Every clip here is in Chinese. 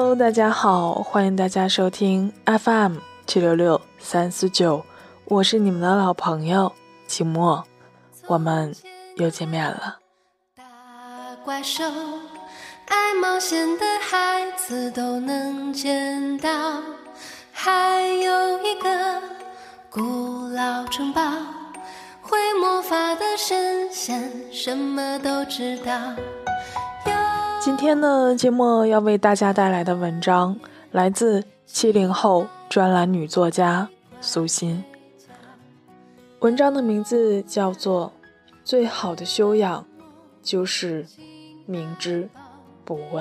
Hello， 大家好，欢迎大家收听 FM766-349，我是你们的老朋友期末，我们又见面了。 大怪兽，爱冒险的孩子都能见到，还有一个古老城堡，会魔法的神仙什么都知道。 今天呢，节目要为大家带来的文章来自70后专栏女作家苏欣。文章的名字叫做《最好的修养就是明知不问》。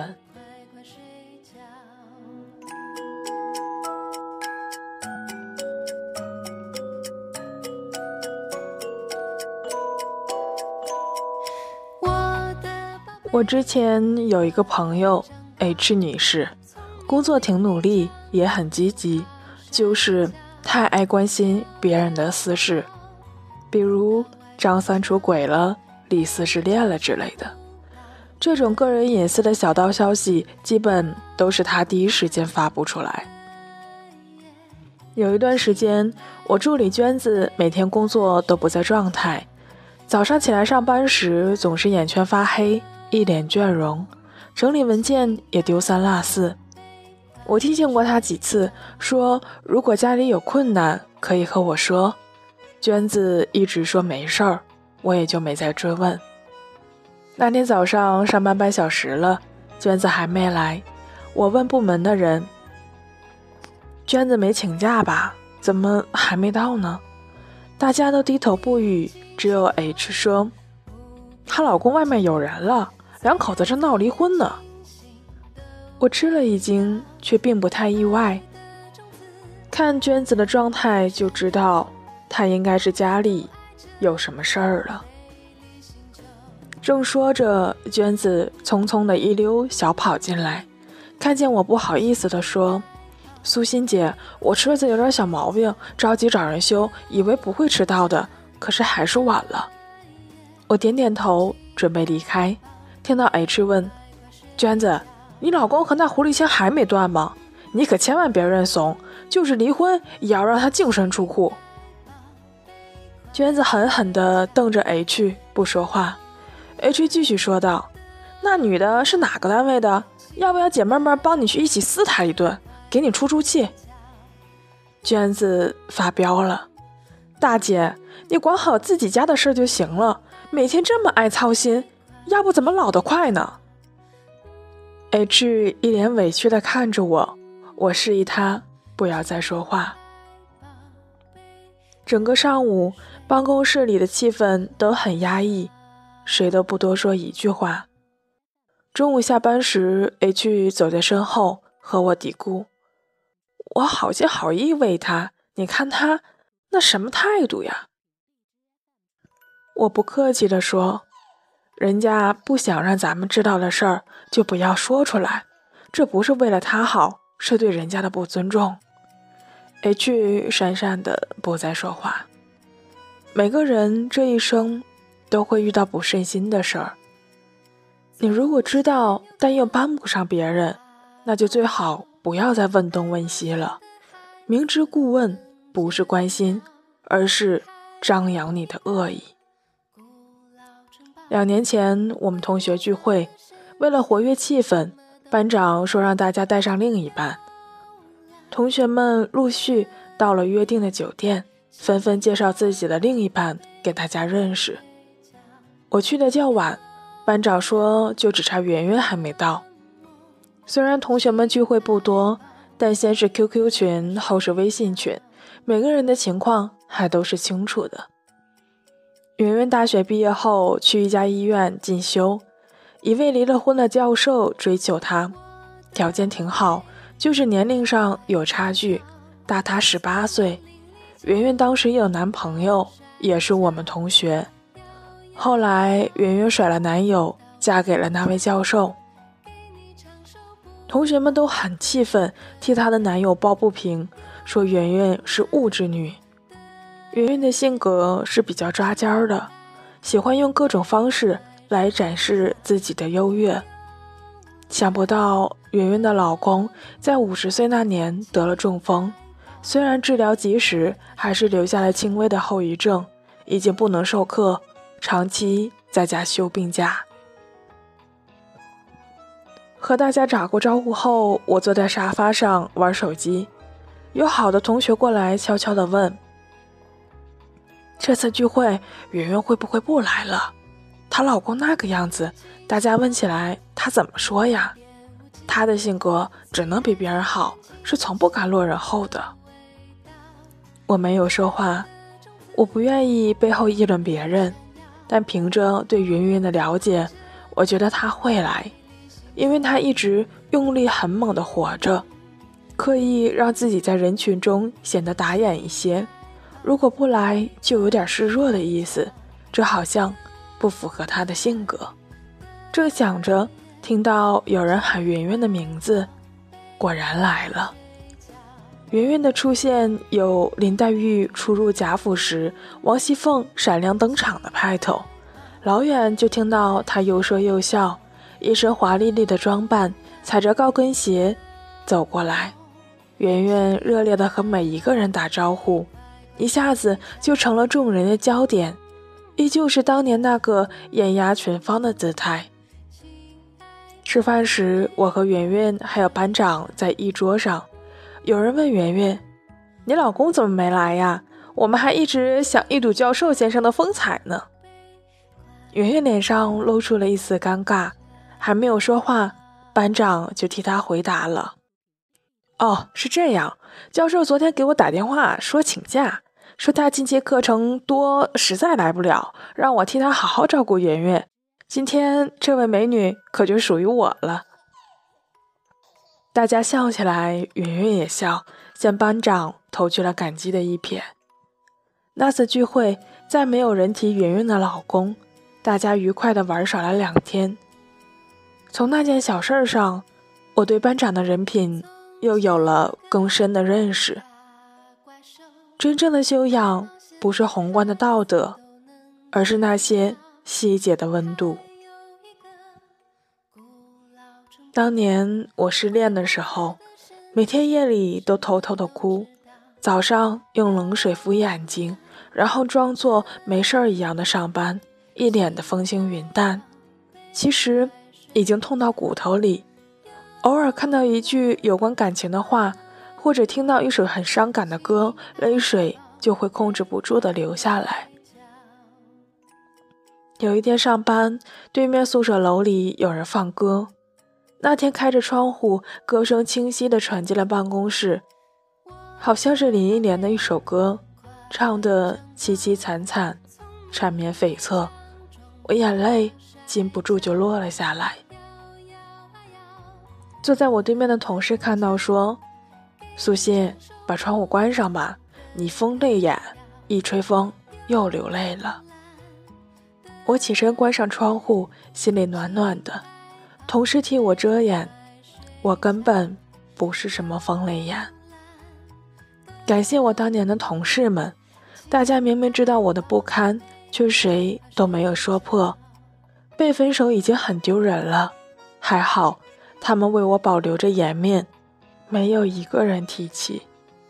我之前有一个朋友 H 女士，工作挺努力，也很积极，就是太爱关心别人的私事，比如张三出轨了，李四失恋了之类的。这种个人隐私的小道消息基本都是她第一时间发布出来。有一段时间，我助理娟子每天工作都不在状态，早上起来上班时总是眼圈发黑，一脸倦容，整理文件也丢三落四。我提醒过他几次，说如果家里有困难可以和我说。娟子一直说没事儿，我也就没再追问。那天早上上班半小时了，娟子还没来，我问部门的人，娟子没请假吧？怎么还没到呢？大家都低头不语，只有 H 说她老公外面有人了，两口子正闹离婚呢。我吃了一惊，却并不太意外。看娟子的状态就知道，她应该是家里有什么事儿了。正说着，娟子匆匆的一溜小跑进来，看见我不好意思地说，苏欣姐，我车子有点小毛病，着急找人修，以为不会迟到的，可是还是晚了。我点点头，准备离开，听到 H 问，娟子，你老公和那狐狸签还没断吗？你可千万别认怂，就是离婚也要让他净身出户。娟子狠狠地瞪着 H 不说话。 H 继续说道，那女的是哪个单位的？要不要姐妹们帮你去一起撕她一顿，给你出出气？娟子发飙了，大姐，你管好自己家的事就行了，每天这么爱操心，要不怎么老得快呢？ H 一脸委屈地看着我，我示意他不要再说话。整个上午，办公室里的气氛都很压抑，谁都不多说一句话。中午下班时， H 走在身后和我嘀咕，我好心好意喂他，你看他那什么态度呀？我不客气地说，人家不想让咱们知道的事儿就不要说出来，这不是为了他好，是对人家的不尊重。 H 讪讪的不再说话。每个人这一生都会遇到不顺心的事儿，你如果知道但又帮不上别人，那就最好不要再问东问西了。明知故问不是关心，而是张扬你的恶意。2年前我们同学聚会，为了活跃气氛，班长说让大家带上另一半。同学们陆续到了约定的酒店，纷纷介绍自己的另一半给大家认识。我去的较晚，班长说就只差圆圆还没到。虽然同学们聚会不多，但先是 QQ 群，后是微信群，每个人的情况还都是清楚的。圆圆大学毕业后去一家医院进修，一位离了婚的教授追求她，条件挺好，就是年龄上有差距，大她18岁。圆圆当时有男朋友，也是我们同学。后来圆圆甩了男友，嫁给了那位教授。同学们都很气愤，替她的男友抱不平，说圆圆是物质女。圆圆的性格是比较抓尖的，喜欢用各种方式来展示自己的优越。想不到圆圆的老公在50岁那年得了中风，虽然治疗及时，还是留下了轻微的后遗症，已经不能授课，长期在家休病假。和大家打过招呼后，我坐在沙发上玩手机，有好的同学过来悄悄地问，这次聚会圆圆会不会不来了？她老公那个样子，大家问起来她怎么说呀？她的性格只能比别人好，是从不敢落人后的。我没有说话，我不愿意背后议论别人，但凭着对圆圆的了解，我觉得她会来，因为她一直用力很猛地活着，刻意让自己在人群中显得打眼一些，如果不来就有点示弱的意思，这好像不符合她的性格。正想着，听到有人喊圆圆的名字，果然来了。圆圆的出现有林黛玉初入贾府时王熙凤闪亮登场的派头，老远就听到她又说又笑，一身华丽丽的装扮，踩着高跟鞋走过来。圆圆热烈地和每一个人打招呼，一下子就成了众人的焦点，依旧是当年那个艳压群芳的姿态。吃饭时，我和圆圆还有班长在一桌上，有人问圆圆，你老公怎么没来呀？我们还一直想一睹教授先生的风采呢。圆圆脸上露出了一丝尴尬，还没有说话，班长就替他回答了。哦，是这样，教授昨天给我打电话说请假，说他近期课程多，实在来不了，让我替他好好照顾圆圆。今天这位美女可就属于我了。大家笑起来，圆圆也笑，向班长投去了感激的一瞥。那次聚会，再没有人提圆圆的老公，大家愉快地玩耍了2天。从那件小事上，我对班长的人品又有了更深的认识。真正的修养不是宏观的道德，而是那些细节的温度。当年我失恋的时候，每天夜里都偷偷的哭，早上用冷水敷眼睛，然后装作没事儿一样的上班，一脸的风轻云淡。其实已经痛到骨头里，偶尔看到一句有关感情的话，或者听到一首很伤感的歌，泪水就会控制不住的流下来。有一天上班，对面宿舍楼里有人放歌，那天开着窗户，歌声清晰地传进了办公室，好像是林忆莲的一首歌，唱得凄凄惨惨，缠绵悱恻，我眼泪禁不住就落了下来。坐在我对面的同事看到说，苏欣，把窗户关上吧，你风泪眼，一吹风又流泪了。我起身关上窗户，心里暖暖的，同事替我遮掩，我根本不是什么风泪眼。感谢我当年的同事们，大家明明知道我的不堪，却谁都没有说破。被分手已经很丢人了，还好他们为我保留着颜面，没有一个人提起。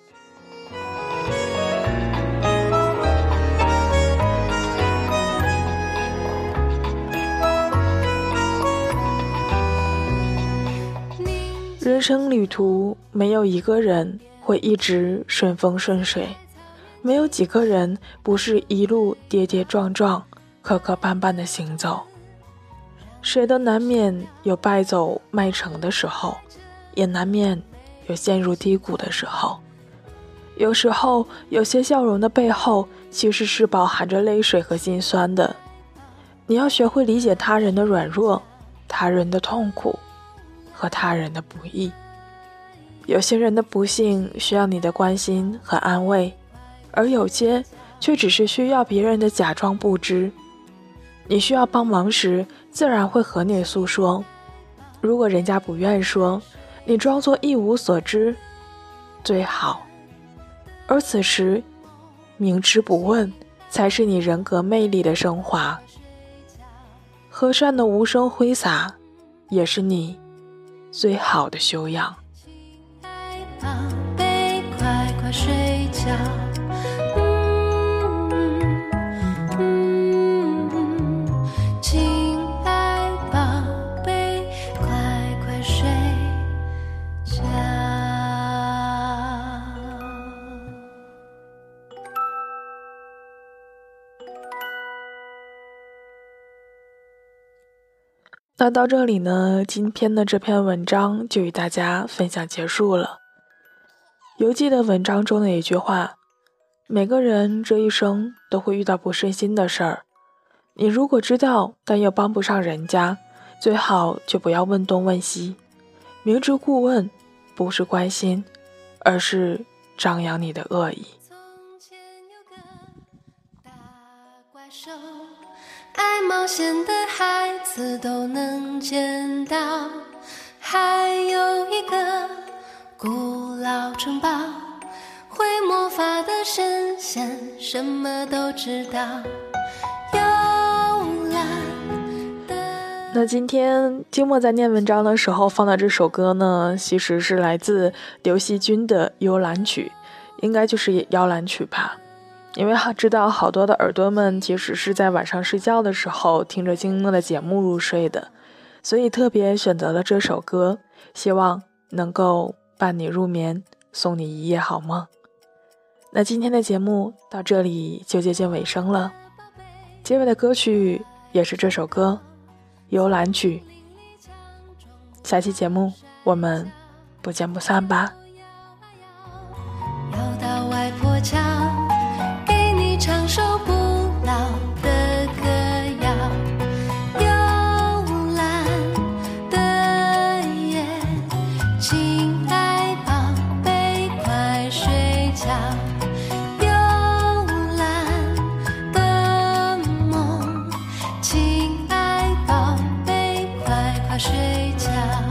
人生旅途，没有一个人会一直顺风顺水，没有几个人不是一路跌跌撞撞、磕磕绊绊的行走。谁都难免有败走麦城的时候，也难免有陷入低谷的时候。有时候，有些笑容的背后，其实是饱含着泪水和心酸的。你要学会理解他人的软弱，他人的痛苦和他人的不易。有些人的不幸需要你的关心和安慰，而有些却只是需要别人的假装不知。你需要帮忙时，自然会和你诉说，如果人家不愿说，你装作一无所知最好。而此时明知不问，才是你人格魅力的升华。和善的无声挥洒，也是你最好的修养。 亲爱宝贝，快快睡觉。亲爱宝贝，快快睡觉。 那到这里呢，今天的这篇文章就与大家分享结束了。犹记得文章中的一句话，每个人这一生都会遇到不顺心的事儿，你如果知道但又帮不上人家，最好就不要问东问西，明知故问不是关心，而是张扬你的恶意。 从前有个大怪兽，爱冒险的孩子都能见到，还有一个古老城堡，会魔法的神仙什么都知道。 那今天金墨在念文章的时候放的这首歌呢，其实是来自刘惜君的《幽兰曲》，应该就是摇篮曲吧。因为知道好多的耳朵们其实是在晚上睡觉的时候听着金墨的节目入睡的，所以特别选择了这首歌，希望能够伴你入眠，送你一夜好梦。那今天的节目到这里就接近尾声了，结尾的歌曲也是这首歌《幽兰曲》。下期节目我们不见不散吧。 要到外婆桥，给你唱首不老的歌谣。幽兰的夜，亲爱宝贝快睡觉。幽兰的梦，亲爱宝贝快快睡觉。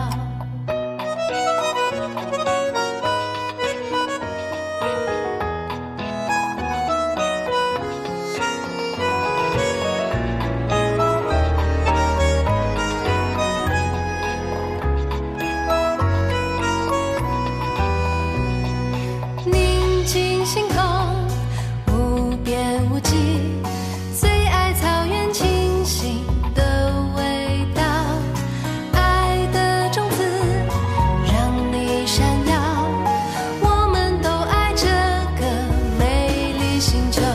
宁静星空，无边无际，最爱草原清新的味道。爱的种子让你闪耀，我们都爱这个美丽星球。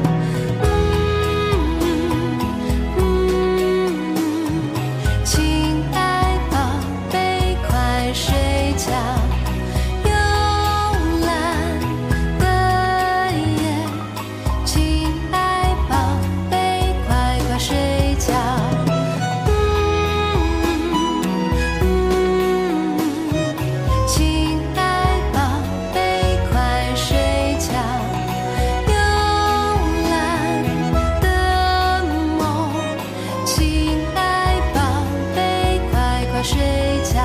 亲爱宝贝快睡觉。幽兰的夜，亲爱宝贝快快睡觉。亲爱宝贝快睡觉。幽兰的梦，亲爱宝贝快快睡觉。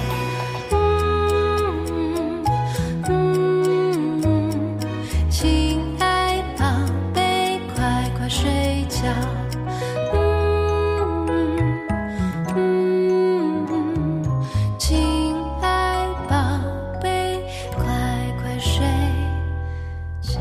亲爱宝贝快快睡觉。亲爱宝贝快快睡觉。